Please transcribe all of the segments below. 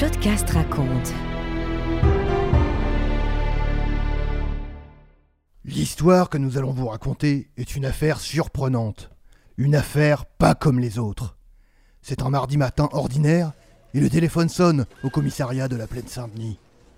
Shotcast raconte. L'histoire que nous allons vous raconter est une affaire surprenante. Une affaire pas comme les autres. C'est un mardi matin ordinaire et le téléphone sonne au commissariat de la Plaine Saint-Denis.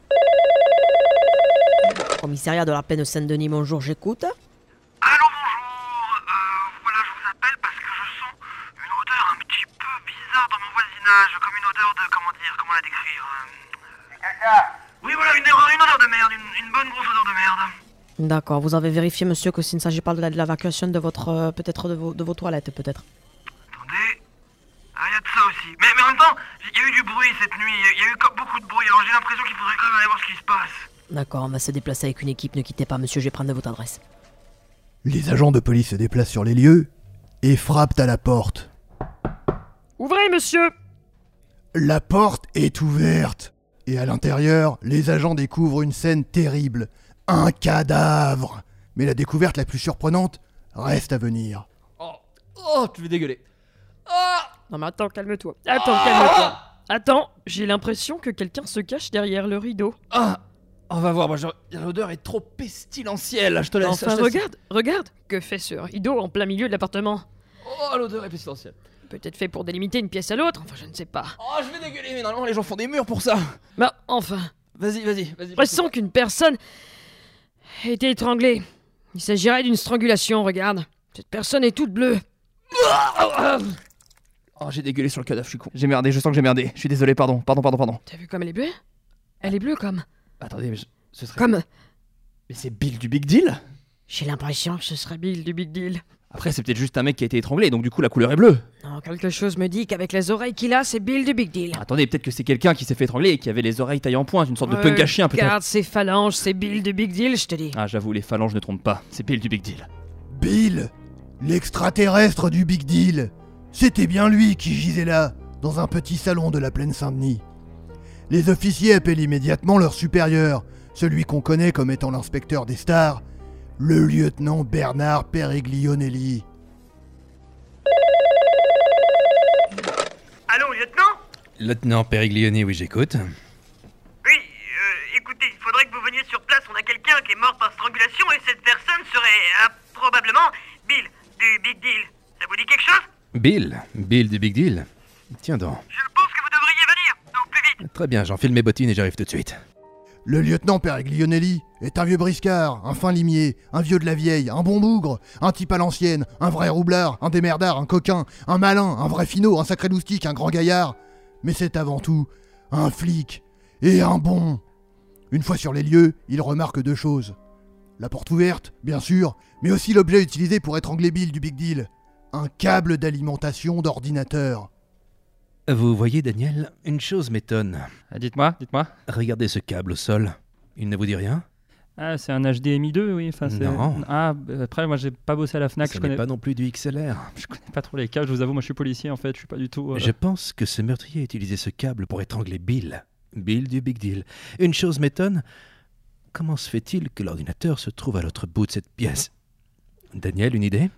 Commissariat de la Plaine Saint-Denis, bonjour, j'écoute. Allô, bonjour. Voilà, je vous appelle parce que je sens une odeur un petit peu bizarre dans mon voisinage, comme une odeur de, comment la décrire Oui, voilà, une odeur de merde, une bonne grosse odeur de merde. D'accord, vous avez vérifié, monsieur, que s'il ne s'agit pas de l'évacuation de votre, peut-être de vos toilettes, peut-être. Attendez, il y a de ça aussi. Mais en même temps, il y a eu du bruit cette nuit, il y a eu beaucoup de bruit, alors j'ai l'impression qu'il faudrait quand même aller voir ce qui se passe. D'accord, on va se déplacer avec une équipe, ne quittez pas, monsieur, je vais prendre votre adresse. Les agents de police se déplacent sur les lieux et frappent à la porte. Ouvrez, monsieur! La porte est ouverte et à l'intérieur, les agents découvrent une scène terrible. Un cadavre! Mais la découverte la plus surprenante reste à venir. Oh, tu veux dégueuler. Non mais attends, calme-toi. Attends, j'ai l'impression que quelqu'un se cache derrière le rideau. On va voir, l'odeur est trop pestilentielle, je te laisse. Enfin, regarde, que fait ce rideau en plein milieu de l'appartement? Oh, l'odeur est pestilentielle. Peut-être fait pour délimiter une pièce à l'autre, enfin je ne sais pas. Oh, je vais dégueuler, mais normalement les gens font des murs pour ça. Mais enfin, Vas-y. pressons qu'une personne a été étranglée. Il s'agirait d'une strangulation, regarde. Cette personne est toute bleue. Oh, j'ai dégueulé sur le cadavre, je suis con. J'ai merdé, je sens que j'ai merdé. Je suis désolé, pardon. T'as vu comme elle est bleue? Elle est bleue comme... Attendez, mais ce serait... Comme... Mais c'est Bill du Big Deal? J'ai l'impression que ce serait Bill du Big Deal. Après, c'est peut-être juste un mec qui a été étranglé, donc du coup la couleur est bleue. Non, quelque chose me dit qu'avec les oreilles qu'il a, c'est Bill du Big Deal. Attendez, peut-être que c'est quelqu'un qui s'est fait étrangler et qui avait les oreilles taillées en pointe, une sorte de punk à chien peut-être. Regarde ses phalanges, c'est Bill du Big Deal, je te dis. Ah, j'avoue, les phalanges ne trompent pas. C'est Bill du Big Deal. Bill, l'extraterrestre du Big Deal. C'était bien lui qui gisait là, dans un petit salon de la Plaine Saint-Denis. Les officiers appellent immédiatement leur supérieur, celui qu'on connaît comme étant l'inspecteur des stars, le lieutenant Bernard Periglionelli. Allô, lieutenant? Lieutenant Periglioni, oui, j'écoute. Oui, écoutez, il faudrait que vous veniez sur place, on a quelqu'un qui est mort par strangulation et cette personne serait probablement Bill du Big Deal. Ça vous dit quelque chose? Bill du Big Deal. Tiens donc. Je pense que vous devriez venir, donc plus vite. Très bien, j'enfile mes bottines et j'arrive tout de suite. Le lieutenant Periglionelli est un vieux briscard, un fin limier, un vieux de la vieille, un bon bougre, un type à l'ancienne, un vrai roublard, un démerdard, un coquin, un malin, un vrai finot, un sacré loustique, un grand gaillard. Mais c'est avant tout un flic et un bon. Une fois sur les lieux, il remarque deux choses. La porte ouverte, bien sûr, mais aussi l'objet utilisé pour étrangler Bill du Big Deal. Un câble d'alimentation d'ordinateur. Vous voyez, Daniel, une chose m'étonne. Dites-moi. Regardez ce câble au sol. Il ne vous dit rien? Ah, c'est un HDMI 2, oui. Enfin, c'est... Non. Ah, après, moi, j'ai pas bossé à la Fnac. Ce n'est pas non plus du XLR. Je connais pas trop les câbles, je vous avoue. Moi, je suis policier, en fait. Je suis pas du tout... Je pense que ce meurtrier a utilisé ce câble pour étrangler Bill. Bill du Big Deal. Une chose m'étonne. Comment se fait-il que l'ordinateur se trouve à l'autre bout de cette pièce? Daniel, une idée?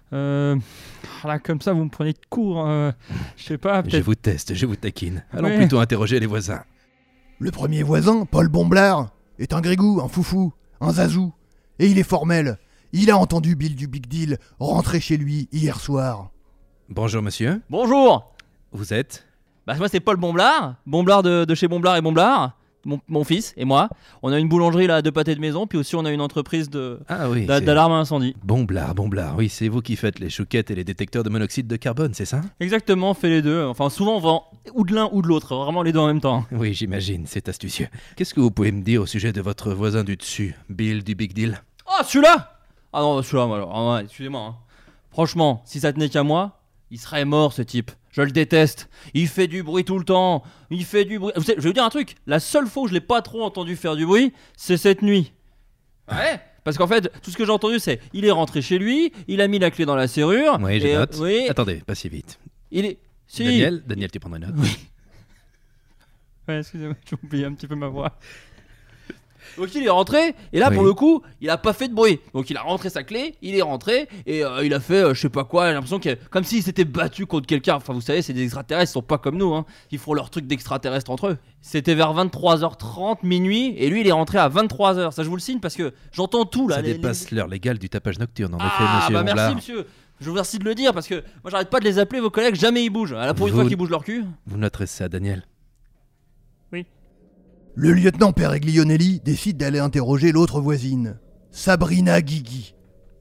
Là, comme ça, vous me prenez de court. Je sais pas, peut-être... Je vous teste, je vous taquine. Allons Ouais. plutôt interroger les voisins. Le premier voisin, Paul Bomblard, est un grégou, un foufou, un zazou. Et il est formel. Il a entendu Bill du Big Deal rentrer chez lui hier soir. Bonjour, monsieur. Bonjour. Vous êtes? Moi c'est Paul Bomblard de chez Bomblard et Bomblard. Mon fils et moi, on a une boulangerie là de pâté de maison, puis aussi on a une entreprise Ah oui, d'alarme à incendie. Bomblard, oui, c'est vous qui faites les chouquettes et les détecteurs de monoxyde de carbone, c'est ça? Exactement, on fait les deux. Enfin, souvent on vend ou de l'un ou de l'autre, vraiment les deux en même temps. Oui, j'imagine, c'est astucieux. Qu'est-ce que vous pouvez me dire au sujet de votre voisin du dessus, Bill du Big Deal? Oh, celui-là! Ah non, celui-là, alors, ouais, excusez-moi. Hein. Franchement, si ça tenait qu'à moi, il serait mort ce type. Je le déteste. Il fait du bruit tout le temps. Il fait du bruit. Vous savez, je vais vous dire un truc. La seule fois où je l'ai pas trop entendu faire du bruit, c'est cette nuit. Ouais. Parce qu'en fait, tout ce que j'ai entendu, c'est il est rentré chez lui, il a mis la clé dans la serrure. Oui, je note. Oui. Attendez, pas si vite. Il est. Si. Daniel, tu prendras une note. Ouais, excusez-moi, j'ai oublié un petit peu ma voix. Donc il est rentré, et là Oui. pour le coup, il a pas fait de bruit. Donc il a rentré sa clé, il est rentré, et il a fait je sais pas quoi, j'ai l'impression que comme s'il s'était battu contre quelqu'un. Enfin vous savez, c'est des extraterrestres, ils sont pas comme nous, hein. Ils font leur truc d'extraterrestres entre eux. C'était vers 23h30, minuit, et lui il est rentré à 23h. Ça je vous le signe parce que j'entends tout là. Ça les- dépasse l'heure légale du tapage nocturne, en effet, Ah monsieur bah merci Honglard. monsieur. Je vous remercie de le dire parce que moi j'arrête pas de les appeler vos collègues, jamais ils bougent. Là pour une Vous- fois qu'ils bougent leur cul. Vous noterez ça, Daniel. Le lieutenant Periglionelli décide d'aller interroger l'autre voisine, Sabrina Guigui.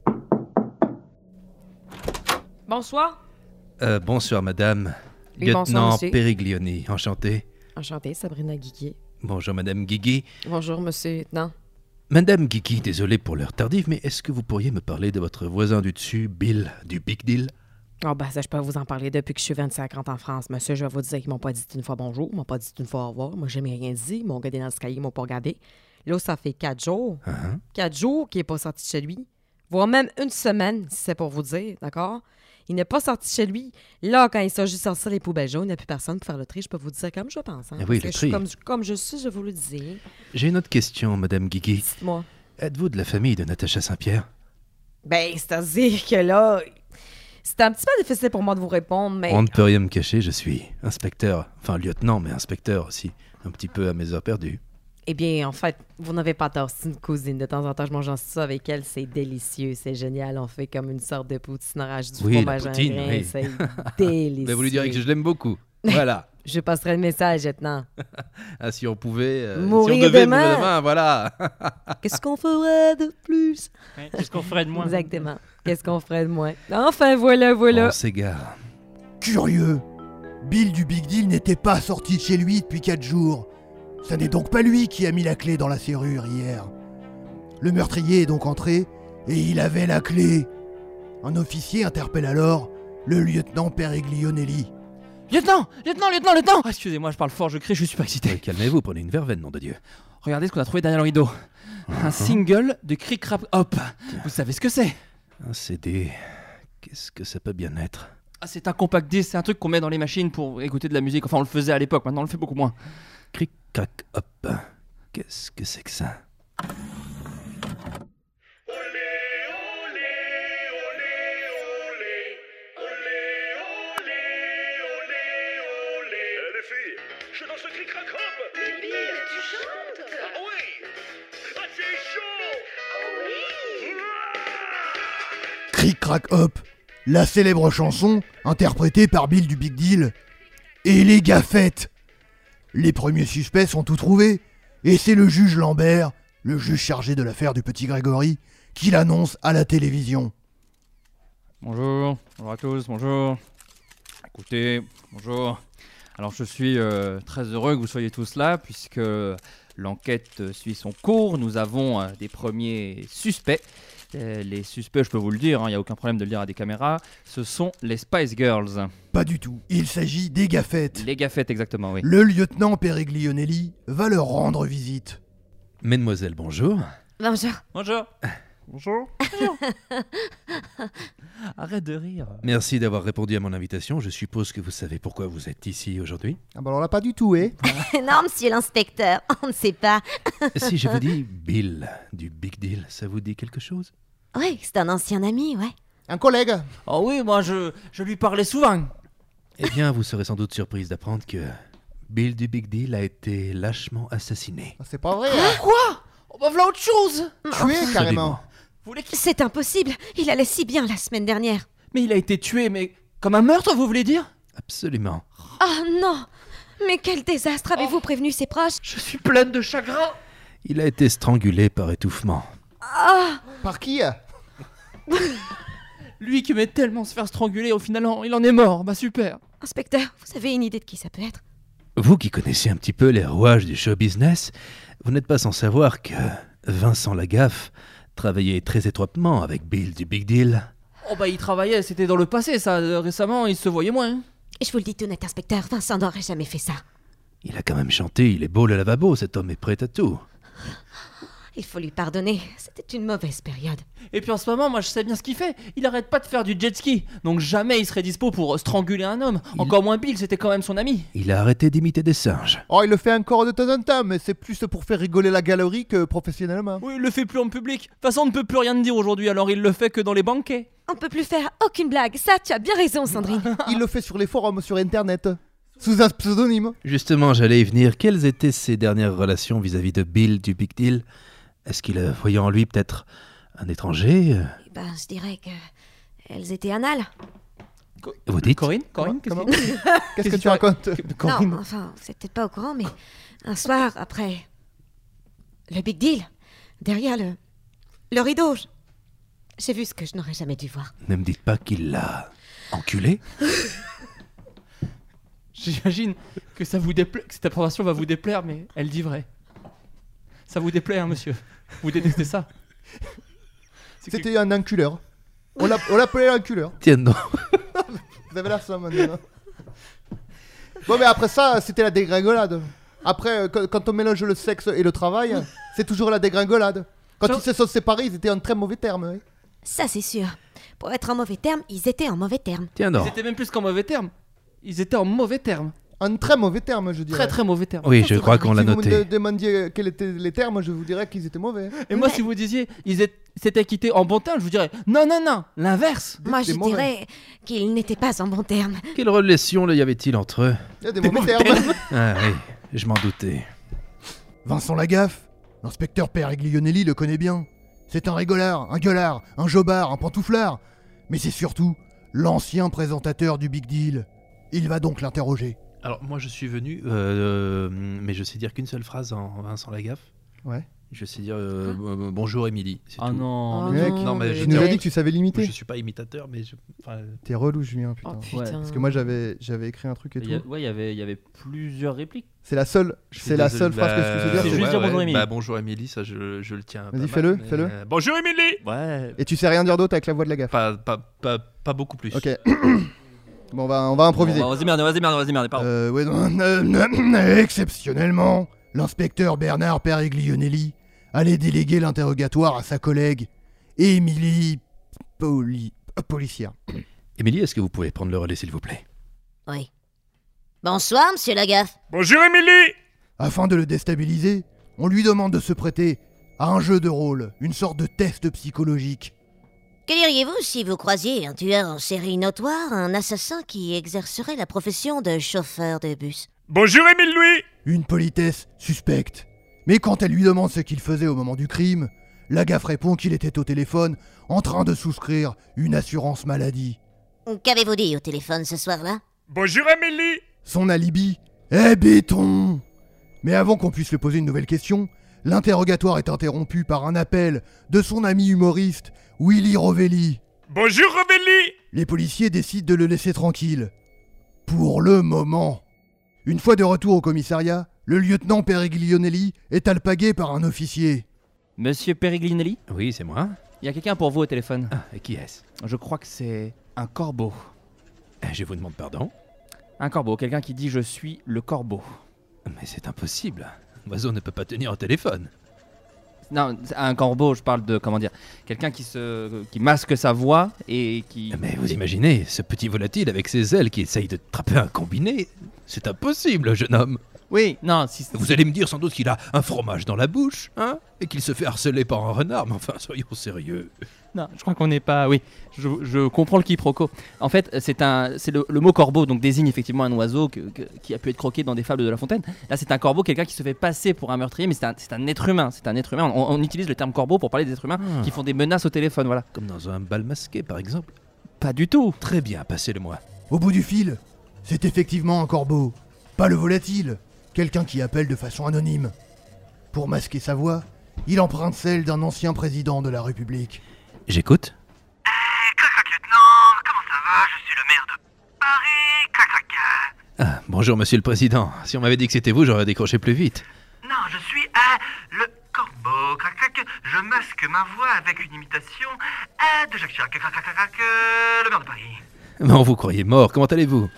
Bonsoir. Bonsoir, madame. Oui, bonsoir, Lieutenant monsieur. Periglioni, enchanté. Enchantée, Sabrina Guigui. Bonjour, madame Guigui. Bonjour, monsieur lieutenant. Madame Guigui, désolé pour l'heure tardive, mais est-ce que vous pourriez me parler de votre voisin du dessus, Bill, du Big Deal? Oh, ben, ça, je peux vous en parler depuis que je suis 25 ans en France. Monsieur, je vais vous dire qu'ils m'ont pas dit une fois bonjour, ils m'ont pas dit une fois au revoir. Moi, j'ai jamais rien dit. Ils m'ont regardé dans le cahier, ils m'ont pas regardé. Là, ça fait 4 jours. Hein? 4 jours qu'il n'est pas sorti de chez lui. Voire même une semaine, si c'est pour vous dire, d'accord? Il n'est pas sorti de chez lui. Là, quand il s'agit de sortir les poubelles jaunes, il n'y a plus personne pour faire le tri. Je peux vous dire comme je pense. Hein, Ah oui, parce le que je suis tri. comme je suis, je vous le dis. J'ai une autre question, madame Guigui. Dites-moi. Êtes-vous de la famille de Natacha Saint-Pierre? Ben, c'est-à-dire que là, c'est un petit peu difficile pour moi de vous répondre, mais... On ne peut rien me cacher, je suis inspecteur. Enfin, lieutenant, mais inspecteur aussi. Un petit peu à mes heures perdues. Eh bien, en fait, vous n'avez pas tort. C'est une cousine. De temps en temps, je mange ça avec elle. C'est délicieux. C'est génial. On fait comme une sorte de poutine orage du Oui, la fromage en poutine, grains. oui. C'est délicieux. Mais vous lui direz que je l'aime beaucoup. Voilà. Je passerai le message maintenant. Ah, si on pouvait... Mourir si on devait demain. mourir demain, voilà. Qu'est-ce qu'on ferait de plus? Qu'est-ce qu'on ferait de moins? Exactement. Qu'est-ce qu'on ferait de moins? Enfin, voilà. On s'égare. Curieux, Bill du Big Deal n'était pas sorti de chez lui depuis 4 jours. Ce n'est donc pas lui qui a mis la clé dans la serrure hier. Le meurtrier est donc entré et il avait la clé. Un officier interpelle alors le lieutenant Periglionelli. Lieutenant. Ah, excusez-moi, je parle fort, je crie, je suis pas excité. Calmez-vous, prenez une verveine, nom de Dieu. Regardez ce qu'on a trouvé derrière le rideau. Un single de Crick Rap Hop. Vous savez ce que c'est? Un CD... Qu'est-ce que ça peut bien être? Ah, c'est un compact disc, c'est un truc qu'on met dans les machines pour écouter de la musique. Enfin, on le faisait à l'époque, maintenant on le fait beaucoup moins. Cric, crac, hop. Qu'est-ce que c'est que ça? Les filles, je danse le cric-crac hop. Mais Bill, tu chantes? Ah oui. Ah c'est chaud. Ah oui. Cric Crac Hop, la célèbre chanson interprétée par Bill du Big Deal. Et les gaffettes. Les premiers suspects sont tout trouvés, et c'est le juge Lambert, le juge chargé de l'affaire du petit Grégory, qui l'annonce à la télévision. Bonjour à tous, bonjour. Écoutez, bonjour. Alors je suis très heureux que vous soyez tous là puisque l'enquête suit son cours. Nous avons des premiers suspects. Les suspects, je peux vous le dire, il n'y a aucun problème de le dire à des caméras, ce sont les Spice Girls. Pas du tout, il s'agit des gaffettes. Les gaffettes, exactement, oui. Le lieutenant Periglionelli va leur rendre visite. Mesdemoiselles, bonjour. Bonjour. Bonjour. Bonjour. Arrête de rire. Merci d'avoir répondu à mon invitation. Je suppose que vous savez pourquoi vous êtes ici aujourd'hui. Ah bah alors là pas du tout, eh. Non, monsieur l'inspecteur, on ne sait pas. Si je vous dis Bill du Big Deal, ça vous dit quelque chose? Oui, c'est un ancien ami, ouais. Un collègue. Oh oui, moi je lui parlais souvent. Eh bien, vous serez sans doute surprise d'apprendre que Bill du Big Deal a été lâchement assassiné. Ah, c'est pas vrai. Quoi? Oh bah voilà autre chose. Tué carrément. Vous voulez qu'il... C'est impossible, il allait si bien la semaine dernière. Mais il a été tué, mais comme un meurtre, vous voulez dire? Absolument. Oh non. Mais quel désastre, avez-vous prévenu ses proches? Je suis pleine de chagrin. Il a été strangulé par étouffement. Par qui? Lui qui aimait tellement se faire stranguler, au final il en est mort. Bah super. Inspecteur, vous avez une idée de qui ça peut être? Vous qui connaissez un petit peu les rouages du show business, vous n'êtes pas sans savoir que Vincent Lagaffe travaillait très étroitement avec Bill du Big Deal. Oh bah il travaillait, c'était dans le passé ça. Récemment il se voyait moins. Je vous le dis tout net, inspecteur, Vincent n'aurait jamais fait ça. Il a quand même chanté, il est beau le lavabo, cet homme est prêt à tout. Il faut lui pardonner. C'était une mauvaise période. Et puis en ce moment, moi je sais bien ce qu'il fait. Il arrête pas de faire du jet ski. Donc jamais il serait dispo pour stranguler un homme. Encore moins Bill, c'était quand même son ami. Il a arrêté d'imiter des singes. Oh, il le fait encore de temps en temps, mais c'est plus pour faire rigoler la galerie que professionnellement. Oui, il le fait plus en public. De toute façon, on ne peut plus rien dire aujourd'hui, alors il le fait que dans les banquets. On peut plus faire aucune blague. Ça, tu as bien raison, Sandrine. Il le fait sur les forums sur internet, sous un pseudonyme. Justement, j'allais y venir. Quelles étaient ses dernières relations vis-à-vis de Bill du Big Deal? Est-ce qu'il voyait en lui peut-être un étranger? Eh ben, je dirais que elles étaient anales. Vous dites? Corinne, Comment qu'est-ce Qu'est-ce que tu racontes? Corinne. Non, enfin, c'est peut-être pas au courant, mais un soir après le Big Deal, derrière le rideau, j'ai vu ce que je n'aurais jamais dû voir. Ne me dites pas qu'il l'a enculé? J'imagine que ça vous déplaît, que cette information va vous déplaire, mais elle dit vrai. Ça vous déplaît, hein, monsieur? Vous détestez ça? C'était un enculeur. On l'appelait l'enculeur. Tiens, non. Vous avez l'air ça maintenant. Bon, mais après ça, c'était la dégringolade. Après, quand on mélange le sexe et le travail, c'est toujours la dégringolade. Quand ils se sont séparés, ils étaient en très mauvais termes. Oui. Ça, c'est sûr. Pour être en mauvais termes, ils étaient en mauvais termes. Tiens, non. Ils étaient même plus qu'en mauvais termes. Ils étaient en mauvais termes. En très mauvais termes, je dirais. Très très mauvais termes. Oui, je crois qu'on l'a Si vous noté. me demandiez quels étaient les termes, je vous dirais qu'ils étaient mauvais. Et moi, Mais- si vous disiez ils s'étaient quittés en bon terme, je vous dirais non, l'inverse. Moi, je Des mauvais. dirais qu'ils n'étaient pas en bons termes. Quelle relation y avait-il entre eux? Il y a des mauvais termes. Ah oui, je m'en doutais. Vincent Lagaffe, l'inspecteur Periglionelli le connaît bien. C'est un rigolard, un gueulard, un jobard, un pantouflard. Mais c'est surtout l'ancien présentateur du Big Deal. Il va donc l'interroger. Alors, moi, je suis venu, mais je sais dire qu'une seule phrase en Vincent Lagaffe. Ouais. Je sais dire bonjour, Émilie. C'est Ah tout. non. Oh Mec, non, mais tu je nous as dirais- dit que tu savais l'imiter. Je suis pas imitateur, mais T'es relou, Julien, putain. Oh Ouais, putain. Parce que moi, j'avais écrit un truc et tout. Ouais, il y avait plusieurs répliques. C'est la seule, c'est la seule phrase que je peux te dire. C'est c'est- juste dire bonjour, Émilie. Bah, bonjour Émilie, ça je le tiens. pas Vas-y, mal, fais-le, mais, fais-le. Bonjour Émilie. Ouais. Et tu sais rien dire d'autre avec la voix de Lagaffe. Pas beaucoup plus. Ok. Bon, on va improviser. Bon, vas-y, merde, pardon. Ouais, non, exceptionnellement, l'inspecteur Bernard Periglionelli allait déléguer l'interrogatoire à sa collègue Émilie policière. Émilie, est-ce que vous pouvez prendre le relais, s'il vous plaît? Oui. Bonsoir, monsieur Lagaffe. Bonjour Émilie. Afin de le déstabiliser, on lui demande de se prêter à un jeu de rôle, une sorte de test psychologique. Que diriez-vous si vous croisiez un tueur en série notoire, un assassin qui exercerait la profession de chauffeur de bus? Bonjour Émile Louis. Une politesse suspecte. Mais quand elle lui demande ce qu'il faisait au moment du crime, Lagaffe répond qu'il était au téléphone en train de souscrire une assurance maladie. Qu'avez-vous dit au téléphone ce soir-là? Bonjour Émilie. Son alibi est béton. Mais avant qu'on puisse lui poser une nouvelle question, l'interrogatoire est interrompu par un appel de son ami humoriste, Willy Rovelli. Bonjour Rovelli. Les policiers décident de le laisser tranquille. Pour le moment. Une fois de retour au commissariat, le lieutenant Periglionelli est alpagué par un officier. Monsieur Periglinelli, Oui, c'est moi. il y a quelqu'un pour vous au téléphone. Ah, et qui est-ce? Je crois que c'est un corbeau. Je vous demande pardon. Un corbeau, quelqu'un qui dit je suis le corbeau. Mais c'est impossible. Un oiseau ne peut pas tenir au téléphone. Non, un corbeau, je parle de, comment dire, quelqu'un qui masque sa voix et qui... Mais vous imaginez, ce petit volatile avec ses ailes qui essaye de trapper un combiné? C'est impossible, jeune homme. Oui, non, si... Vous allez me dire sans doute qu'il a un fromage dans la bouche, hein? Et qu'il se fait harceler par un renard, mais enfin, soyons sérieux. Non, je crois qu'on n'est pas... Oui, je comprends le quiproquo. En fait, c'est le mot corbeau, donc désigne effectivement un oiseau qui a pu être croqué dans des fables de La Fontaine. Là, c'est un corbeau, quelqu'un qui se fait passer pour un meurtrier, mais c'est un être humain. C'est un être humain. On utilise le terme corbeau pour parler des êtres humains qui font des menaces au téléphone, voilà. Comme dans un bal masqué, par exemple. Pas du tout. Très bien, passez-le-moi. Au bout du fil, c'est effectivement un corbeau. Pas le volatile. Quelqu'un qui appelle de façon anonyme. Pour masquer sa voix, il emprunte celle d'un ancien président de la République. J'écoute. Crac crac lieutenant, comment ça va? Je suis le maire de Paris, crac crac. Ah, bonjour, monsieur le président. Si on m'avait dit que c'était vous, j'aurais décroché plus vite. Non, je suis le corbeau, crac crac. Je masque ma voix avec une imitation de Jacques Chirac, crac crac crac, le maire de Paris. Bon, vous croyez mort, comment allez-vous?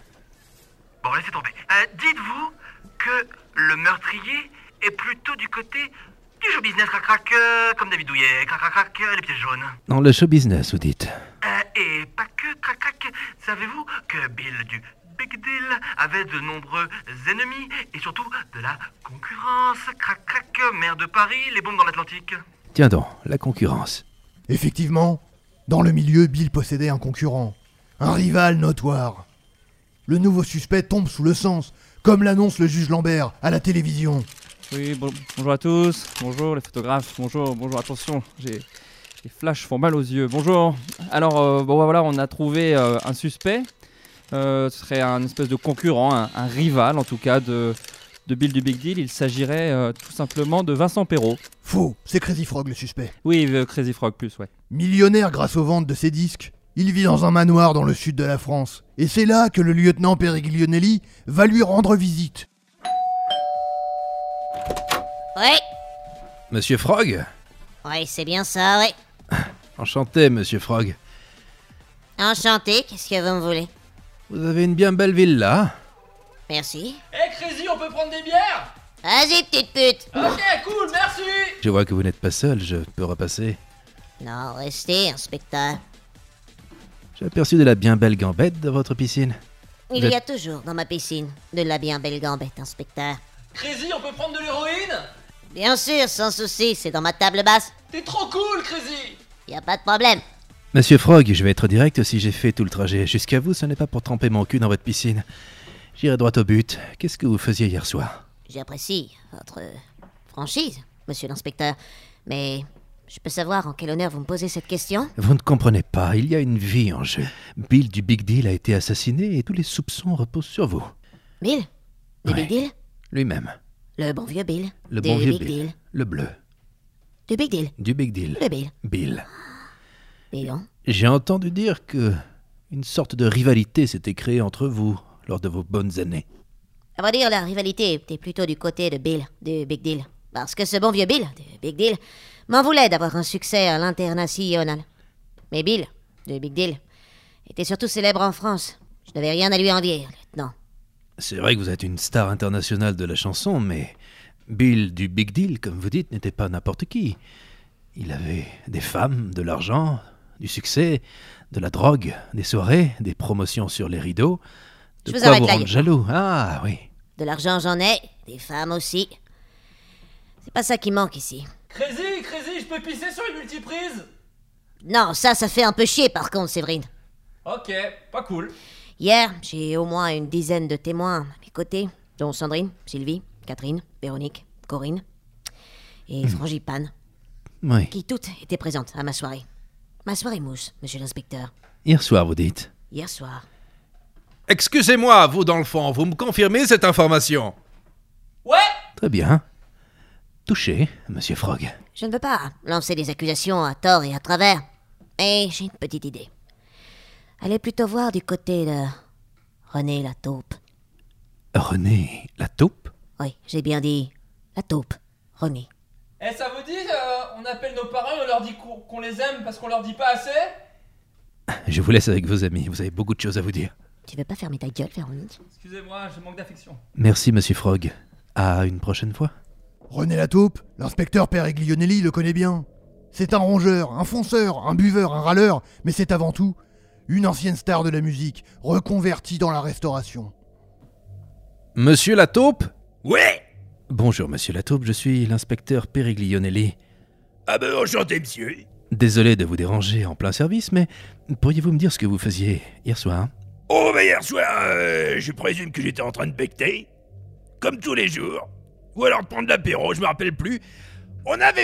Bon, laissez tomber. Dites-vous que le meurtrier est plutôt du côté Du show business, crac-crac, comme David Douillet, crac-crac, les pièces jaunes. Dans le show business, vous dites. Et pas que, crac-crac, savez-vous que Bill du Big Deal avait de nombreux ennemis et surtout de la concurrence, crac-crac, maire de Paris, les bombes dans l'Atlantique. Tiens donc, la concurrence. Effectivement, dans le milieu, Bill possédait un concurrent, un rival notoire. Le nouveau suspect tombe sous le sens, comme l'annonce le juge Lambert à la télévision. Oui, bonjour à tous. Bonjour les photographes. Bonjour, attention. Les flashs font mal aux yeux. Bonjour. Alors, voilà, on a trouvé un suspect. Ce serait un espèce de concurrent, un rival en tout cas de Bill du Big Deal. Il s'agirait tout simplement de Vincent Perrault. Faux, c'est Crazy Frog le suspect. Oui, Crazy Frog plus, ouais. Millionnaire grâce aux ventes de ses disques, il vit dans un manoir dans le sud de la France. Et c'est là que le lieutenant Periglionelli va lui rendre visite. Oui, Monsieur Frog? oui, c'est bien ça, oui. Enchanté, Monsieur Frog. Enchanté, qu'est-ce que vous me voulez? Vous avez une bien belle villa. Merci. Eh Crazy, on peut prendre des bières? Vas-y, petite pute. Ok, cool, merci. Je vois que vous n'êtes pas seul, je peux repasser. Non, restez, inspecteur. J'ai aperçu de la bien belle gambette dans votre piscine. Il y a toujours dans ma piscine de la bien belle gambette, inspecteur. Crazy, on peut prendre de l'héroïne? Bien sûr, sans souci, c'est dans ma table basse. T'es trop cool, Crazy. Y a pas de problème. Monsieur Frog, je vais être direct, si j'ai fait tout le trajet jusqu'à vous, ce n'est pas pour tremper mon cul dans votre piscine. J'irai droit au but. Qu'est-ce que vous faisiez hier soir? J'apprécie votre franchise, monsieur l'inspecteur. Mais je peux savoir en quel honneur vous me posez cette question? Vous ne comprenez pas, il y a une vie en jeu. Bill du Big Deal a été assassiné et tous les soupçons reposent sur vous. Bill? Du Ouais. Big Deal? Lui-même. Le bon vieux Bill. Le du bon vieux Big Bill. Deal. Le bleu. Du Big Deal. Du Big Deal. Le Bill. Bill. Dis donc. J'ai entendu dire que une sorte de rivalité s'était créée entre vous lors de vos bonnes années. À vrai dire, la rivalité était plutôt du côté de Bill, du Big Deal. Parce que ce bon vieux Bill, du Big Deal, m'en voulait d'avoir un succès à l'international. Mais Bill, du Big Deal, était surtout célèbre en France. Je n'avais rien à lui envier, lieutenant. C'est vrai que vous êtes une star internationale de la chanson, mais Bill du Big Deal, comme vous dites, n'était pas n'importe qui. Il avait des femmes, de l'argent, du succès, de la drogue, des soirées, des promotions sur les rideaux. De Je vous quoi arrête vous là, rendre jaloux. Ah oui. De l'argent, j'en ai, des femmes aussi. C'est pas ça qui manque ici. Crazy, je peux pisser sur une multiprise? Non, ça fait un peu chier par contre, Séverine. Ok, pas cool. Hier, j'ai au moins une dizaine de témoins à mes côtés, dont Sandrine, Sylvie, Catherine, Véronique, Corinne et Frangipane, Oui. qui toutes étaient présentes à ma soirée. Ma soirée mousse, monsieur l'inspecteur. Hier soir, vous dites. Hier soir. Excusez-moi, vous dans le fond, vous me confirmez cette information? Ouais. Très bien. Touché, Monsieur Frog. Je ne veux pas lancer des accusations à tort et à travers, mais j'ai une petite idée. Allez plutôt voir du côté de René la taupe. René, la taupe? Oui, j'ai bien dit la taupe. René. Eh, ça vous dit, on appelle nos parents et on leur dit qu'on les aime parce qu'on leur dit pas assez? Je vous laisse avec vos amis, vous avez beaucoup de choses à vous dire. Tu veux pas fermer ta gueule, Véronique? Excusez-moi, je manque d'affection. Merci, Monsieur Frog. À une prochaine fois. René Lataupe, l'inspecteur Periglionelli le connaît bien. C'est un rongeur, un fonceur, un buveur, un râleur, mais c'est avant tout une ancienne star de la musique, reconvertie dans la restauration. Monsieur la taupe? Ouais. Bonjour, Monsieur la taupe, je suis l'inspecteur Periglionelli. Ah ben enchanté, monsieur. Désolé de vous déranger en plein service, mais pourriez-vous me dire ce que vous faisiez hier soir? Oh, ben hier soir, je présume que j'étais en train de becter. Comme tous les jours. Ou alors de prendre l'apéro, je me rappelle plus. On avait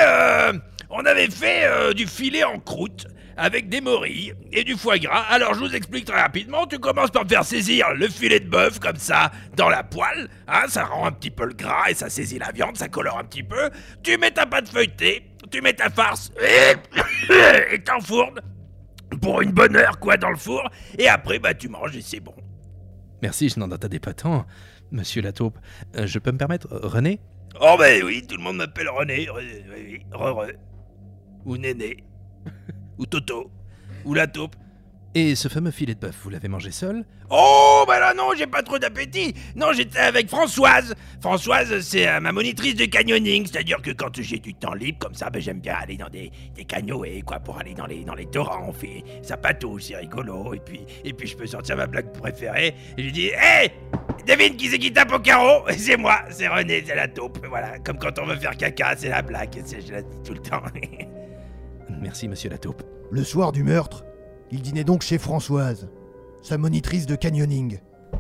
fait du filet en croûte avec des morilles et du foie gras. Alors je vous explique très rapidement, tu commences par me faire saisir le filet de bœuf comme ça dans la poêle, hein, ça rend un petit peu le gras et ça saisit la viande, ça colore un petit peu. Tu mets ta pâte feuilletée, tu mets ta farce et t'enfournes pour une bonne heure quoi dans le four et après bah tu manges et c'est bon. Merci, je n'en attendais pas tant, Monsieur la taupe. Je peux me permettre, René? Oh ben oui, tout le monde m'appelle René, Re, ou Néné, ou Toto, ou la taupe. Et ce fameux filet de bœuf, vous l'avez mangé seul? Oh, bah là non, j'ai pas trop d'appétit. Non, j'étais avec Françoise. Françoise, c'est ma monitrice de canyoning. C'est-à-dire que quand j'ai du temps libre, comme ça, j'aime bien aller dans des canoës, quoi, pour aller dans les torrents. On fait ça patouche, c'est rigolo. Et puis je peux sortir ma blague préférée. Et je lui dis, hé, devine qui c'est qui tape au carreau? C'est moi, c'est René, c'est la taupe. Voilà, comme quand on veut faire caca, c'est la blague. Je la dis tout le temps. Merci, monsieur la taupe. Le soir du meurtre, il dînait donc chez Françoise, sa monitrice de canyoning.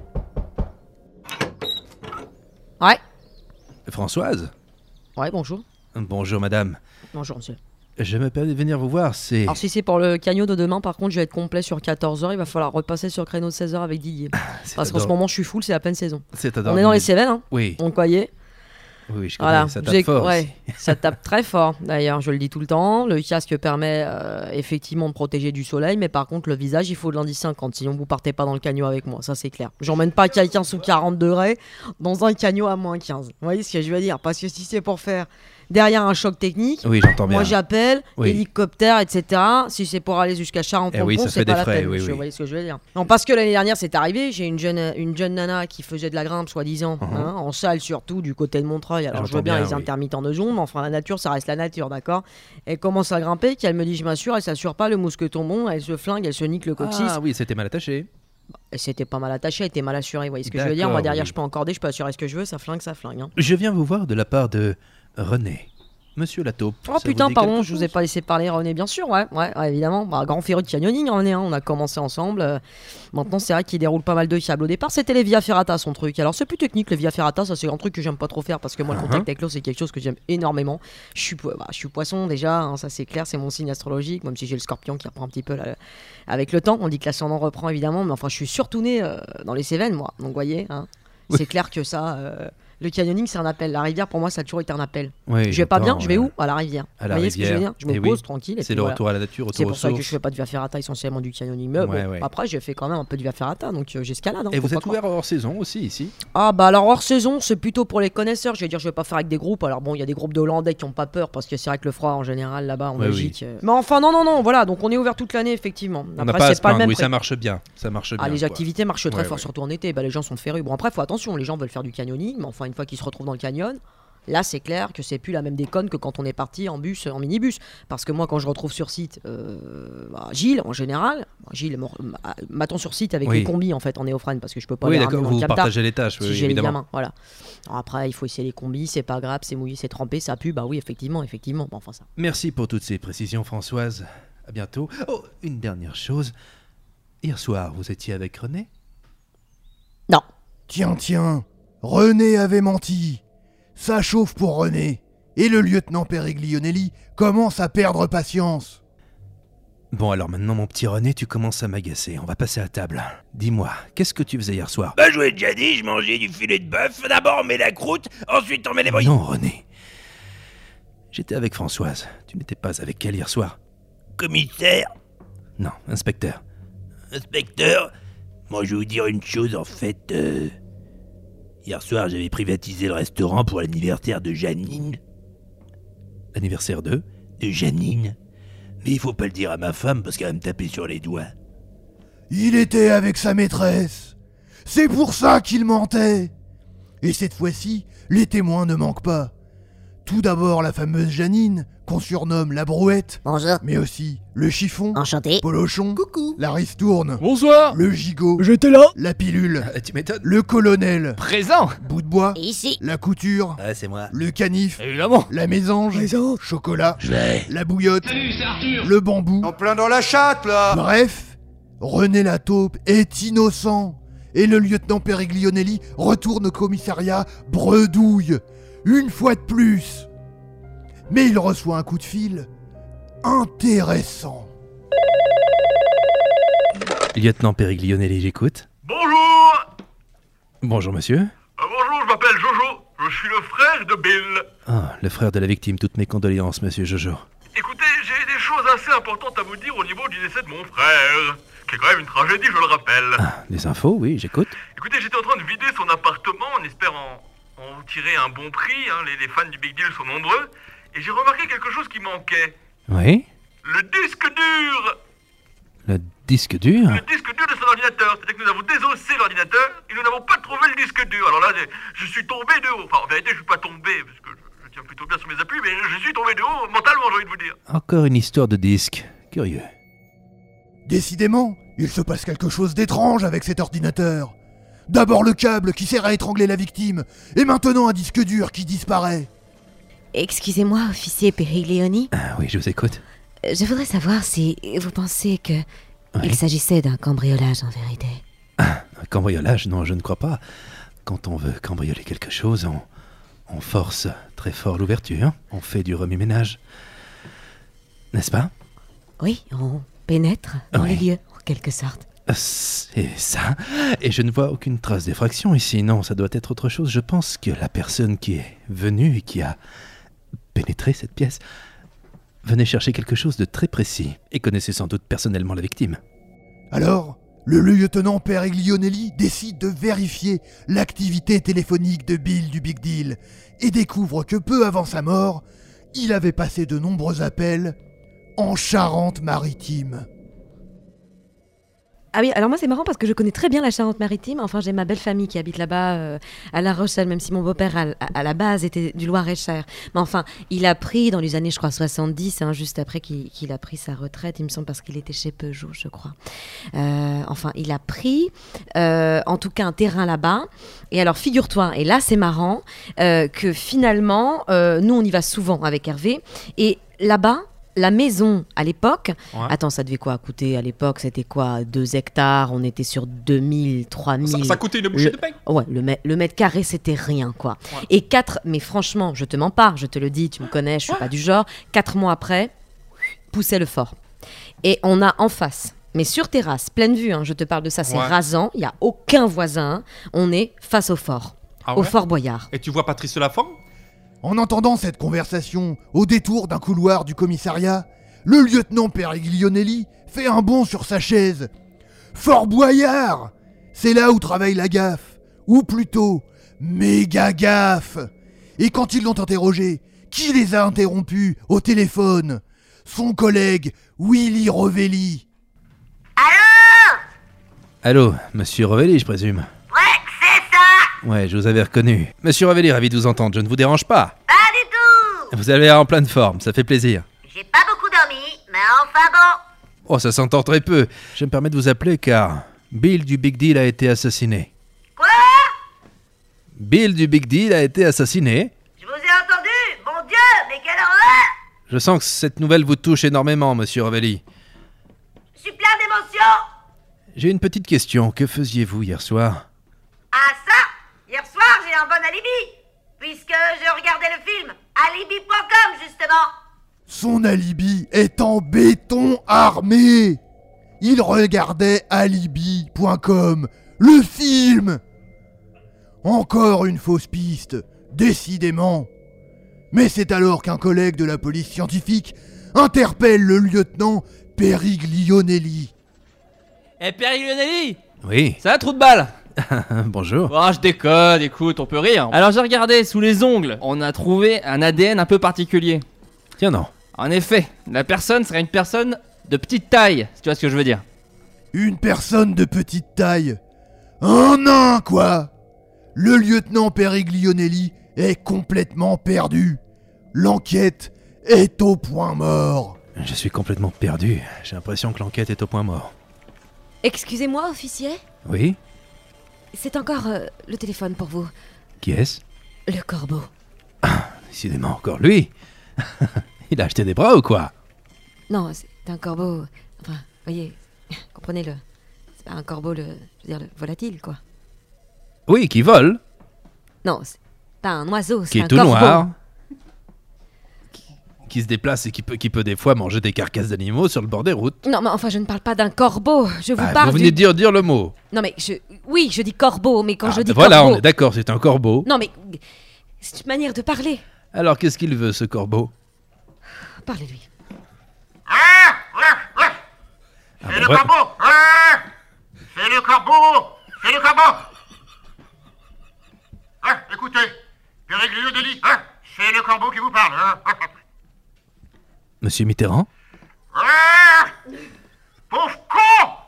Ouais. Françoise? Ouais, bonjour. Bonjour, madame. Bonjour, monsieur. Je me permets de venir vous voir, c'est... Alors, si c'est pour le canyon de demain, par contre, je vais être complet sur 14h. Il va falloir repasser sur le créneau de 16h avec Didier. Parce qu'en ce moment, je suis full, c'est la pleine saison. C'est On est dans les Cévennes, hein. Oui. Donc, voyez. Oui, je connais, Voilà, ça tape fort. ouais, aussi. ça tape très fort. D'ailleurs, je le dis tout le temps. Le casque permet effectivement de protéger du soleil, mais par contre, le visage, il faut de l'indice 50. Sinon, vous partez pas dans le canyon avec moi, ça c'est clair. J'emmène pas quelqu'un sous 40 degrés dans un canyon à moins 15. Vous voyez ce que je veux dire? Parce que si c'est pour faire derrière un choc technique, Oui, j'entends bien. moi j'appelle, Oui. hélicoptère, etc. Si c'est pour aller jusqu'à Charenton-Pont, oui, ça c'est fait pas des la frais, peine. oui, monsieur, oui. Vous voyez ce que je veux dire? Non, parce que l'année dernière, c'est arrivé. J'ai une jeune nana qui faisait de la grimpe, soi-disant, hein, en salle surtout, du côté de Montreuil. Alors je J'entends veux bien bien, les oui. intermittents de zone, mais enfin la nature, ça reste la nature, d'accord? Elle commence à grimper, qu'elle me dit je m'assure, elle s'assure pas, le mousqueton bon, elle se flingue, elle se nique le coccyx. Ah oui, c'était mal attaché. Et c'était pas mal attaché, elle était mal assurée, vous voyez ce que je veux dire? Moi D'accord, derrière, oui. je peux encorder, je peux assurer ce que je veux, ça flingue, hein. Je viens vous voir de la part de René. Monsieur la taupe. Oh ça putain, vous dit pardon, quelque je vous chose ai pas laissé parler, René, bien sûr, ouais, évidemment. Bah, grand féru de canyoning, René, hein, on a commencé ensemble. Maintenant, c'est vrai qu'il déroule pas mal de câbles. Au départ, c'était les Via Ferrata, son truc. Alors, c'est plus technique, le Via Ferrata, ça, c'est un truc que j'aime pas trop faire parce que moi, le contact avec l'eau, c'est quelque chose que j'aime énormément. Je suis poisson déjà, hein, ça c'est clair, c'est mon signe astrologique, même si j'ai le scorpion qui reprend un petit peu avec le temps. On dit que l'ascendant reprend évidemment, mais enfin, je suis surtout né dans les Cévennes, moi. Donc, vous voyez, hein, c'est clair que ça. Le canyoning, c'est un appel. La rivière, pour moi, ça a toujours été un appel. Oui, Je vais pas bien, j'entends, je vais où? À la rivière. À la Vous voyez ce que je veux rivière. dire? Je me Eh pose oui. tranquille. et C'est puis le voilà. retour à la nature, C'est retour aux pour ça que je sources. fais pas de via ferrata, essentiellement du canyoning. Mais Ouais, bon, ouais. après, j'ai fait quand même un peu de via ferrata, donc j'escalade. Hein, Et vous faut êtes pas ouvert hors saison aussi ici? Ah bah alors hors saison, c'est plutôt pour les connaisseurs. Je vais dire, je vais pas faire avec des groupes. Alors bon, il y a des groupes de Hollandais qui ont pas peur parce que c'est vrai que le froid en général là-bas en Ouais, Belgique. Mais enfin non, voilà. Donc on est ouvert toute l'année effectivement. On n'a Après pas à c'est se pas le plaindre, même. oui, prix. ça marche bien. Ça marche bien. Ah, les quoi. activités marchent très Ouais, fort, ouais. surtout en été. Bah, les gens sont férus. Bon, après, faut attention. Les gens veulent faire du canyoning, mais enfin, une fois qu'ils se retrouvent dans le canyon, là, c'est clair que c'est plus la même déconne que quand on est parti en bus, en minibus. Parce que moi, quand je retrouve sur site Gilles, en général, Gilles m'attend sur site avec Oui. les combis en fait en néophrène parce que je peux pas Oui, les d'accord, ramener dans vous le captar. partagez les tâches, oui, Si j'ai les évidemment. gamins, voilà. Alors après, il faut essayer les combis, c'est pas grave, c'est mouillé, c'est trempé, ça pue. Bah oui, effectivement. Bon, enfin ça. Merci pour toutes ces précisions, Françoise. À bientôt. Oh, une dernière chose. Hier soir, vous étiez avec René? Non. Tiens, René avait menti. Ça chauffe pour René. Et le lieutenant Periglionelli commence à perdre patience. Bon, alors maintenant, mon petit René, tu commences à m'agacer. On va passer à table. Dis-moi, qu'est-ce que tu faisais hier soir? Bah, je vous l'ai déjà dit, je mangeais du filet de bœuf. D'abord, on met la croûte, ensuite, on met les brouillons. Non, René. J'étais avec Françoise. Tu n'étais pas avec elle hier soir? Commissaire, Non, inspecteur. inspecteur, moi, je vais vous dire une chose, en fait. Hier soir, j'avais privatisé le restaurant pour l'anniversaire de Janine. Anniversaire 2. De Janine. Mais il faut pas le dire à ma femme parce qu'elle va me taper sur les doigts. Il était avec sa maîtresse. C'est pour ça qu'il mentait. Et cette fois-ci, les témoins ne manquent pas. Tout d'abord la fameuse Janine, qu'on surnomme la Brouette, Bonjour. mais aussi le Chiffon, Enchanté. Polochon, la Ristourne, Bonsoir. le Gigot, J'étais là. la Pilule, Tu m'étonnes? le Colonel, Présent. Bout de Bois, Et ici. la Couture, Ouais, c'est moi. le Canif, Évidemment. la Mésange, Chocolat, Je vais. la Bouillotte, le Bambou. En plein dans la chatte, là. Bref, René la taupe est innocent. Et le lieutenant Periglionelli retourne au commissariat bredouille, une fois de plus. Mais il reçoit un coup de fil intéressant. Lieutenant Periglionelli, j'écoute. Bonjour. Bonjour, monsieur. Bonjour, je m'appelle Jojo. Je suis le frère de Bill. Ah, le frère de la victime. Toutes mes condoléances, monsieur Jojo. Écoutez, j'ai des choses assez importantes à vous dire au niveau du décès de mon frère. Qui est quand même une tragédie, je le rappelle. Ah, les infos, oui, j'écoute. Écoutez, j'étais en train de vider son appartement en espérant en tirer un bon prix. Hein. Les fans du Big Deal sont nombreux. Et j'ai remarqué quelque chose qui manquait. Oui? Le disque dur. Le disque dur? Le disque dur de son ordinateur. C'est-à-dire que nous avons désossé l'ordinateur et nous n'avons pas trouvé le disque dur. Alors là, je suis tombé de haut. Enfin, en vérité, je suis pas tombé, parce que je tiens plutôt bien sur mes appuis, mais je suis tombé de haut, mentalement, j'ai envie de vous dire. Encore une histoire de disque. Curieux. Décidément, il se passe quelque chose d'étrange avec cet ordinateur. D'abord le câble qui sert à étrangler la victime, et maintenant un disque dur qui disparaît. Excusez-moi, officier Periglioni. Ah oui, je vous écoute. Je voudrais savoir si vous pensez que Oui. il s'agissait d'un cambriolage en vérité. Un cambriolage? Non, je ne crois pas. Quand on veut cambrioler quelque chose, on force très fort l'ouverture. On fait du remue-ménage. N'est-ce pas? Oui, on pénètre dans Oui. les lieux, en quelque sorte. C'est ça. Et je ne vois aucune trace d'effraction ici. Non, ça doit être autre chose. Je pense que la personne qui est venue et qui a pénétré cette pièce venait chercher quelque chose de très précis et connaissait sans doute personnellement la victime. Alors, le lieutenant Periglionelli décide de vérifier l'activité téléphonique de Bill du Big Deal et découvre que peu avant sa mort, il avait passé de nombreux appels en Charente-Maritime. Ah oui, alors moi c'est marrant parce que je connais très bien la Charente-Maritime. Enfin, j'ai ma belle famille qui habite là-bas, à La Rochelle, même si mon beau-père à la base était du Loir-et-Cher. Mais enfin, il a pris dans les années, je crois, 70, juste après qu'il a pris sa retraite, il me semble, parce qu'il était chez Peugeot, je crois. Enfin, il a pris, en tout cas, un terrain là-bas. Et alors, figure-toi, et là c'est marrant, que finalement, nous on y va souvent avec Hervé. Et là-bas, la maison, à l'époque, attends, ça devait quoi coûter à l'époque? C'était quoi? 2 hectares, on était sur 2000, 3000. Ça coûtait une bouchée de pain. Ouais, le mètre carré, c'était rien, quoi. Et 4, mais franchement, je te mens pas, je te le dis, tu me connais, je suis pas du genre. 4 mois après, poussait le fort. Et on a en face, mais sur terrasse, pleine vue, je te parle de ça, c'est rasant, il n'y a aucun voisin, on est face au fort, au Fort Boyard. Et tu vois Patrice Lafont? En entendant cette conversation, au détour d'un couloir du commissariat, le lieutenant Periglionelli fait un bond sur sa chaise. Fort Boyard! C'est là où travaille la gaffe. Ou plutôt, méga gaffe. Et quand ils l'ont interrogé, qui les a interrompus au téléphone? Son collègue Willy Rovelli. Allô, monsieur Rovelli, je présume? Ouais, c'est ça! Ouais, je vous avais reconnu. Monsieur Rovelli, ravi de vous entendre, je ne vous dérange pas. Pas du tout! Vous avez l'air en pleine forme, ça fait plaisir. J'ai pas beaucoup dormi, mais enfin bon. Oh, ça s'entend très peu. Je me permets de vous appeler car Bill du Big Deal a été assassiné. Quoi? Bill du Big Deal a été assassiné. Je vous ai entendu? Mon Dieu, mais quelle horreur! Je sens que cette nouvelle vous touche énormément, monsieur Rovelli. Je suis plein d'émotions! J'ai une petite question. Que faisiez-vous hier soir? Ah ça? Hier soir, j'ai un bon alibi, puisque je regardais le film Alibi.com, justement. Son alibi est en béton armé. Il regardait Alibi.com, le film. Encore une fausse piste, décidément. Mais c'est alors qu'un collègue de la police scientifique interpelle le lieutenant Periglionelli. Eh, Periglionelli, Oui. ça va, trou de balle? Bonjour. Oh, je déconne, écoute, on peut rire. Alors j'ai regardé sous les ongles, on a trouvé un ADN un peu particulier. Tiens non. En effet, la personne serait une personne de petite taille, si tu vois ce que je veux dire. Une personne de petite taille. Un nain, quoi. Le lieutenant Periglionelli est complètement perdu. L'enquête est au point mort. Je suis complètement perdu. J'ai l'impression que l'enquête est au point mort. Excusez-moi, officier, Oui? c'est encore le téléphone pour vous. Qui est-ce? Le corbeau. Décidément encore lui. Il a acheté des bras ou quoi? Non, c'est un corbeau. Enfin, voyez, comprenez-le. C'est pas un corbeau, je veux dire, le volatile, quoi. Oui, qui vole. Non, c'est pas un oiseau, c'est Qui un est tout corbeau. noir. Qui se déplace et qui peut des fois manger des carcasses d'animaux sur le bord des routes. Non, mais enfin, je ne parle pas d'un corbeau. Je vous Bah, parle vous venez du... de dire le mot. Non, mais oui, je dis corbeau, mais quand je dis voilà, corbeau... on est d'accord, c'est un corbeau. Non, mais c'est une manière de parler. Alors qu'est-ce qu'il veut, ce corbeau? Parlez-lui. C'est le corbeau! C'est le corbeau! C'est le corbeau! Écoutez, Periglionelli, c'est le corbeau qui vous parle. Monsieur Mitterrand? Pauvre con!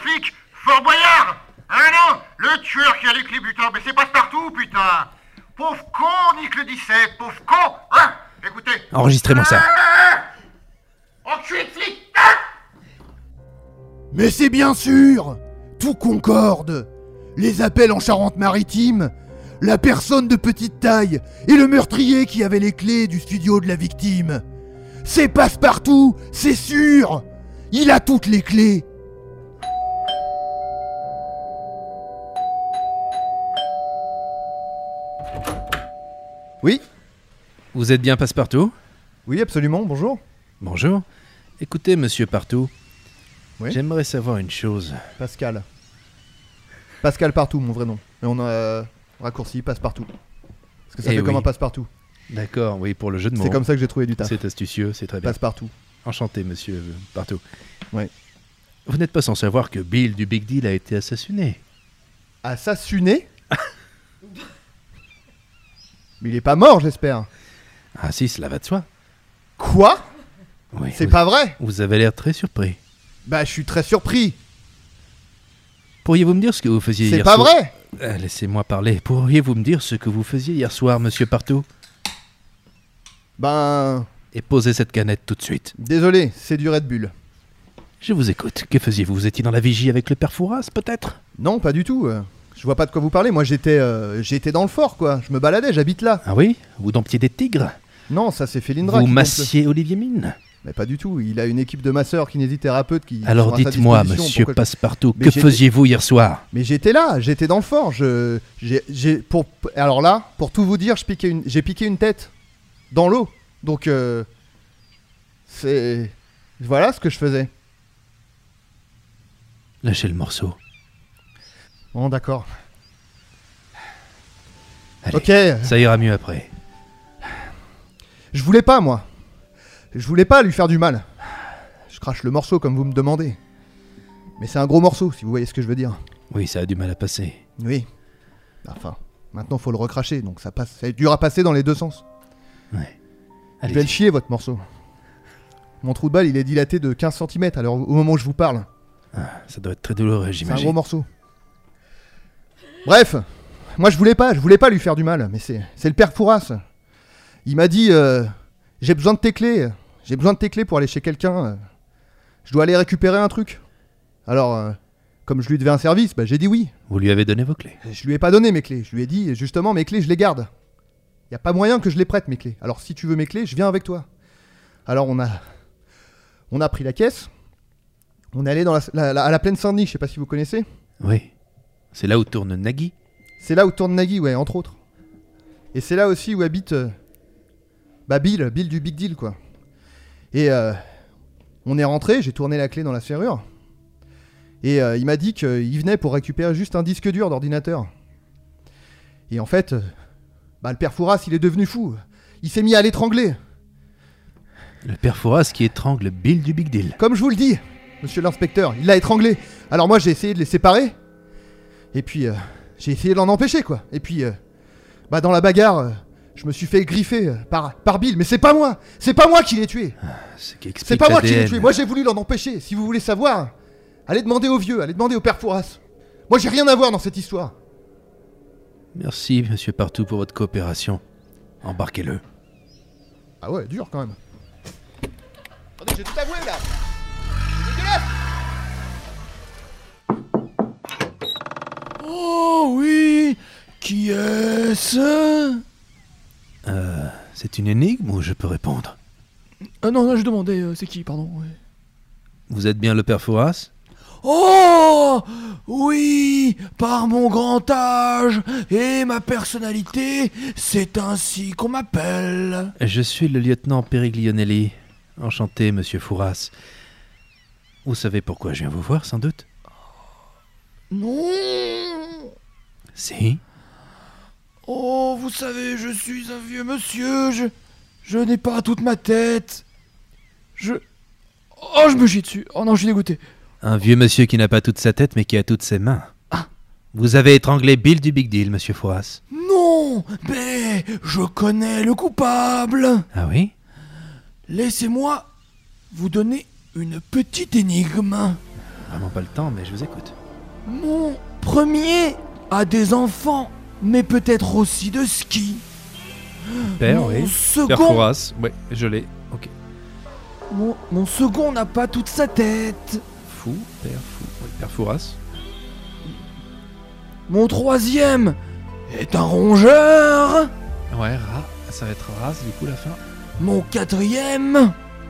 flic, Fort Boyard. Ah non, le tueur qui a les clés, putain, mais c'est Passepartout, putain. Pauvre con, nique le 17, pauvre con. Hein? Écoutez. Enregistrez-moi ça. Enculé de flic. Ah! Mais c'est bien sûr! Tout concorde! Les appels en Charente-Maritime, la personne de petite taille et le meurtrier qui avait les clés du studio de la victime. C'est Passepartout, c'est sûr! Il a toutes les clés! Oui? Vous êtes bien Passepartout? Oui, absolument, bonjour. Bonjour. Écoutez, monsieur Partout. Oui. J'aimerais savoir une chose. Pascal. Pascal Partout, mon vrai nom. Et on a raccourci Passepartout. Parce que ça fait comme un passe-partout. D'accord, oui, pour le jeu de mots. C'est comme ça que j'ai trouvé du taf. C'est astucieux, c'est très bien. Passe-partout. Enchanté, monsieur Partout. Ouais. Vous n'êtes pas sans savoir que Bill du Big Deal a été assassiné. Assassiné? Mais il est pas mort, j'espère. Ah si, cela va de soi. Quoi? Oui, C'est pas vrai? Vous avez l'air très surpris. Bah, je suis très surpris. Pourriez-vous me dire ce que vous faisiez hier C'est soir? pas vrai? Laissez-moi parler. Pourriez-vous me dire ce que vous faisiez hier soir, monsieur Partout? Ben... Et posez cette canette tout de suite. Désolé, c'est du Red Bull. Je vous écoute. Que faisiez-vous? Vous étiez dans la vigie avec le père Fouras, peut-être? Non, pas du tout. Je vois pas de quoi vous parlez. Moi, j'étais dans le fort, quoi. Je me baladais, j'habite là. Ah oui? Vous domptiez des tigres? Non, ça c'est Félindra. Vous qui massiez Olivier Mine? Mais pas du tout. Il a une équipe de masseurs kinésithérapeutes qui... Alors sont à sa dites-moi, disposition monsieur pour Passepartout, Mais que j'étais- faisiez-vous hier soir? Mais j'étais là, j'étais dans le fort. Alors là, pour tout vous dire, j'ai piqué une tête dans l'eau. Donc, c'est... Voilà ce que je faisais. Lâchez le morceau. Bon, d'accord. Allez, Ok. ça ira mieux après. Je voulais pas, moi. Je voulais pas lui faire du mal. Je crache le morceau comme vous me demandez. Mais c'est un gros morceau, si vous voyez ce que je veux dire. Oui, ça a du mal à passer. Oui. Enfin, maintenant faut le recracher, donc ça passe. C'est dur à passer dans les deux sens. Ouais. Je vais le chier, votre morceau. Mon trou de balle, il est dilaté de 15 cm alors au moment où je vous parle. Ça doit être très douloureux, C'est un j'imagine. gros morceau. Bref, moi je voulais pas lui faire du mal, mais c'est le père Fouras. Il m'a dit j'ai besoin de tes clés. J'ai besoin de tes clés pour aller chez quelqu'un. Je dois aller récupérer un truc. Alors, comme je lui devais un service, bah, j'ai dit oui. Vous lui avez donné vos clés? Je lui ai pas donné mes clés. Je lui ai dit justement mes clés, je les garde. Y a pas moyen que je les prête mes clés. Alors si tu veux mes clés, je viens avec toi. Alors on a pris la caisse. On est allé dans à la plaine Saint-Denis, je sais pas si vous connaissez. Oui. C'est là où tourne Nagui? C'est là où tourne Nagui, ouais, entre autres. Et c'est là aussi où habite Bill du Big Deal, quoi. Et on est rentré, j'ai tourné la clé dans la serrure. Et il m'a dit qu'il venait pour récupérer juste un disque dur d'ordinateur. Et en fait, le père Fouras, il est devenu fou. Il s'est mis à l'étrangler. Le père Fouras qui étrangle Bill du Big Deal. Comme je vous le dis, monsieur l'inspecteur, il l'a étranglé. Alors moi, j'ai essayé de les séparer. Et puis, j'ai essayé de l'en empêcher, quoi. Et puis, dans la bagarre, je me suis fait griffer par Bill. Mais c'est pas moi! C'est pas moi qui l'ai tué! Ce qui explique C'est pas moi qui l'ai l'ADN. tué! Moi, j'ai voulu l'en empêcher. Si vous voulez savoir, allez demander aux vieux, allez demander au père Fouras. Moi, j'ai rien à voir dans cette histoire. Merci, monsieur Partout, pour votre coopération. Embarquez-le. Ah ouais, dur quand même. Attendez, j'ai tout avoué là! C'est dégueulasse! Oh oui! Qui est-ce? C'est une énigme ou je peux répondre? Non, je demandais, c'est qui, pardon? Ouais. Vous êtes bien le père Fouras? Oh! Oui! Par mon grand âge et ma personnalité, c'est ainsi qu'on m'appelle. Je suis le lieutenant Periglionelli. Enchanté, monsieur Fouras. Vous savez pourquoi je viens vous voir, sans doute? Non! Si. Oh, vous savez, je suis un vieux monsieur, je n'ai pas toute ma tête. Oh, je me chie dessus. Oh non, je suis dégoûté. Un vieux monsieur qui n'a pas toute sa tête, mais qui a toutes ses mains. Vous avez étranglé Bill du Big Deal, monsieur Fouras. Non, mais je connais le coupable. Ah oui? Laissez-moi vous donner une petite énigme. vraiment pas le temps, mais je vous écoute. Mon premier a des enfants, mais peut-être aussi de ski. Père, Mon oui. second- Père Fouras, ouais, je l'ai. Ok. Mon second n'a pas toute sa tête. Fou, Père Fou. Oui, Père Fouras. Mon troisième est un rongeur. Ouais, rat. Ça va être race, du coup, la fin. Mon quatrième...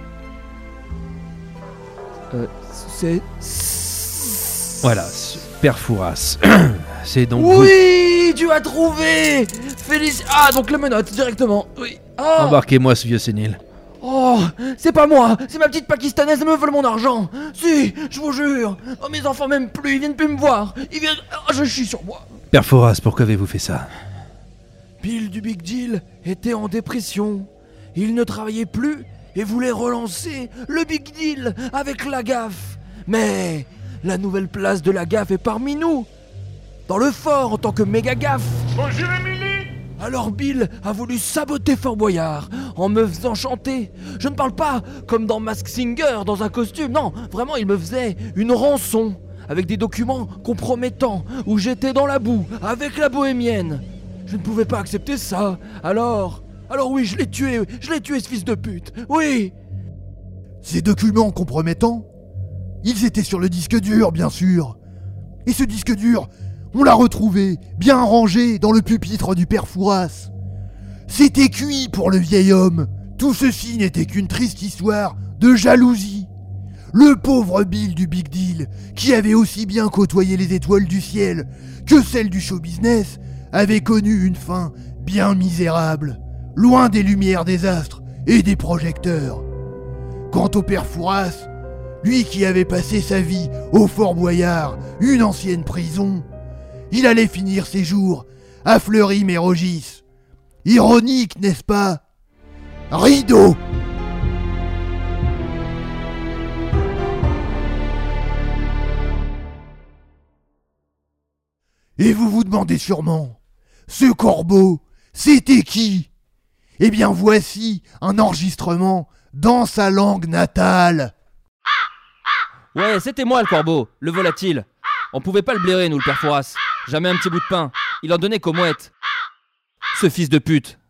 c'est... Voilà, Père Fouras. C'est donc Oui, tu as trouvé. Ah, donc le menottes directement. Oui. vous. Ah. Embarquez-moi, ce vieux sénile. Oh, c'est pas moi, c'est ma petite pakistanaise, elle me vole mon argent. Si, je vous jure. Oh, mes enfants m'aiment plus, ils viennent plus me voir. Ils viennent... Oh, je chie sur moi. Père Fouras, pourquoi avez-vous fait ça? Bill du Big Deal était en dépression. Il ne travaillait plus et voulait relancer le Big Deal avec la gaffe. Mais la nouvelle place de la gaffe est parmi nous. Dans le fort en tant que méga gaffe. Bonjour, Émilie. Alors Bill a voulu saboter Fort Boyard en me faisant chanter. Je ne parle pas comme dans Mask Singer dans un costume, non, vraiment il me faisait une rançon avec des documents compromettants où j'étais dans la boue avec la bohémienne. Je ne pouvais pas accepter ça. Alors oui, je l'ai tué ce fils de pute. Oui. Ces documents compromettants, ils étaient sur le disque dur, bien sûr. Et ce disque dur, on l'a retrouvé, bien rangé dans le pupitre du père Fouras. C'était cuit pour le vieil homme. Tout ceci n'était qu'une triste histoire de jalousie. Le pauvre Bill du Big Deal, qui avait aussi bien côtoyé les étoiles du ciel que celles du show business, avait connu une fin bien misérable, loin des lumières des astres et des projecteurs. Quant au père Fouras, lui qui avait passé sa vie au Fort Boyard, une ancienne prison, il allait finir ses jours à Fleury-Mérogis. Ironique, n'est-ce pas? Rideau! Et vous vous demandez sûrement, ce corbeau, c'était qui? Eh bien voici un enregistrement dans sa langue natale. Ouais, c'était moi le corbeau, le volatile. On pouvait pas le blairer, nous, le père Fouras. Jamais un petit bout de pain. Il en donnait qu'aux mouettes. Ce fils de pute.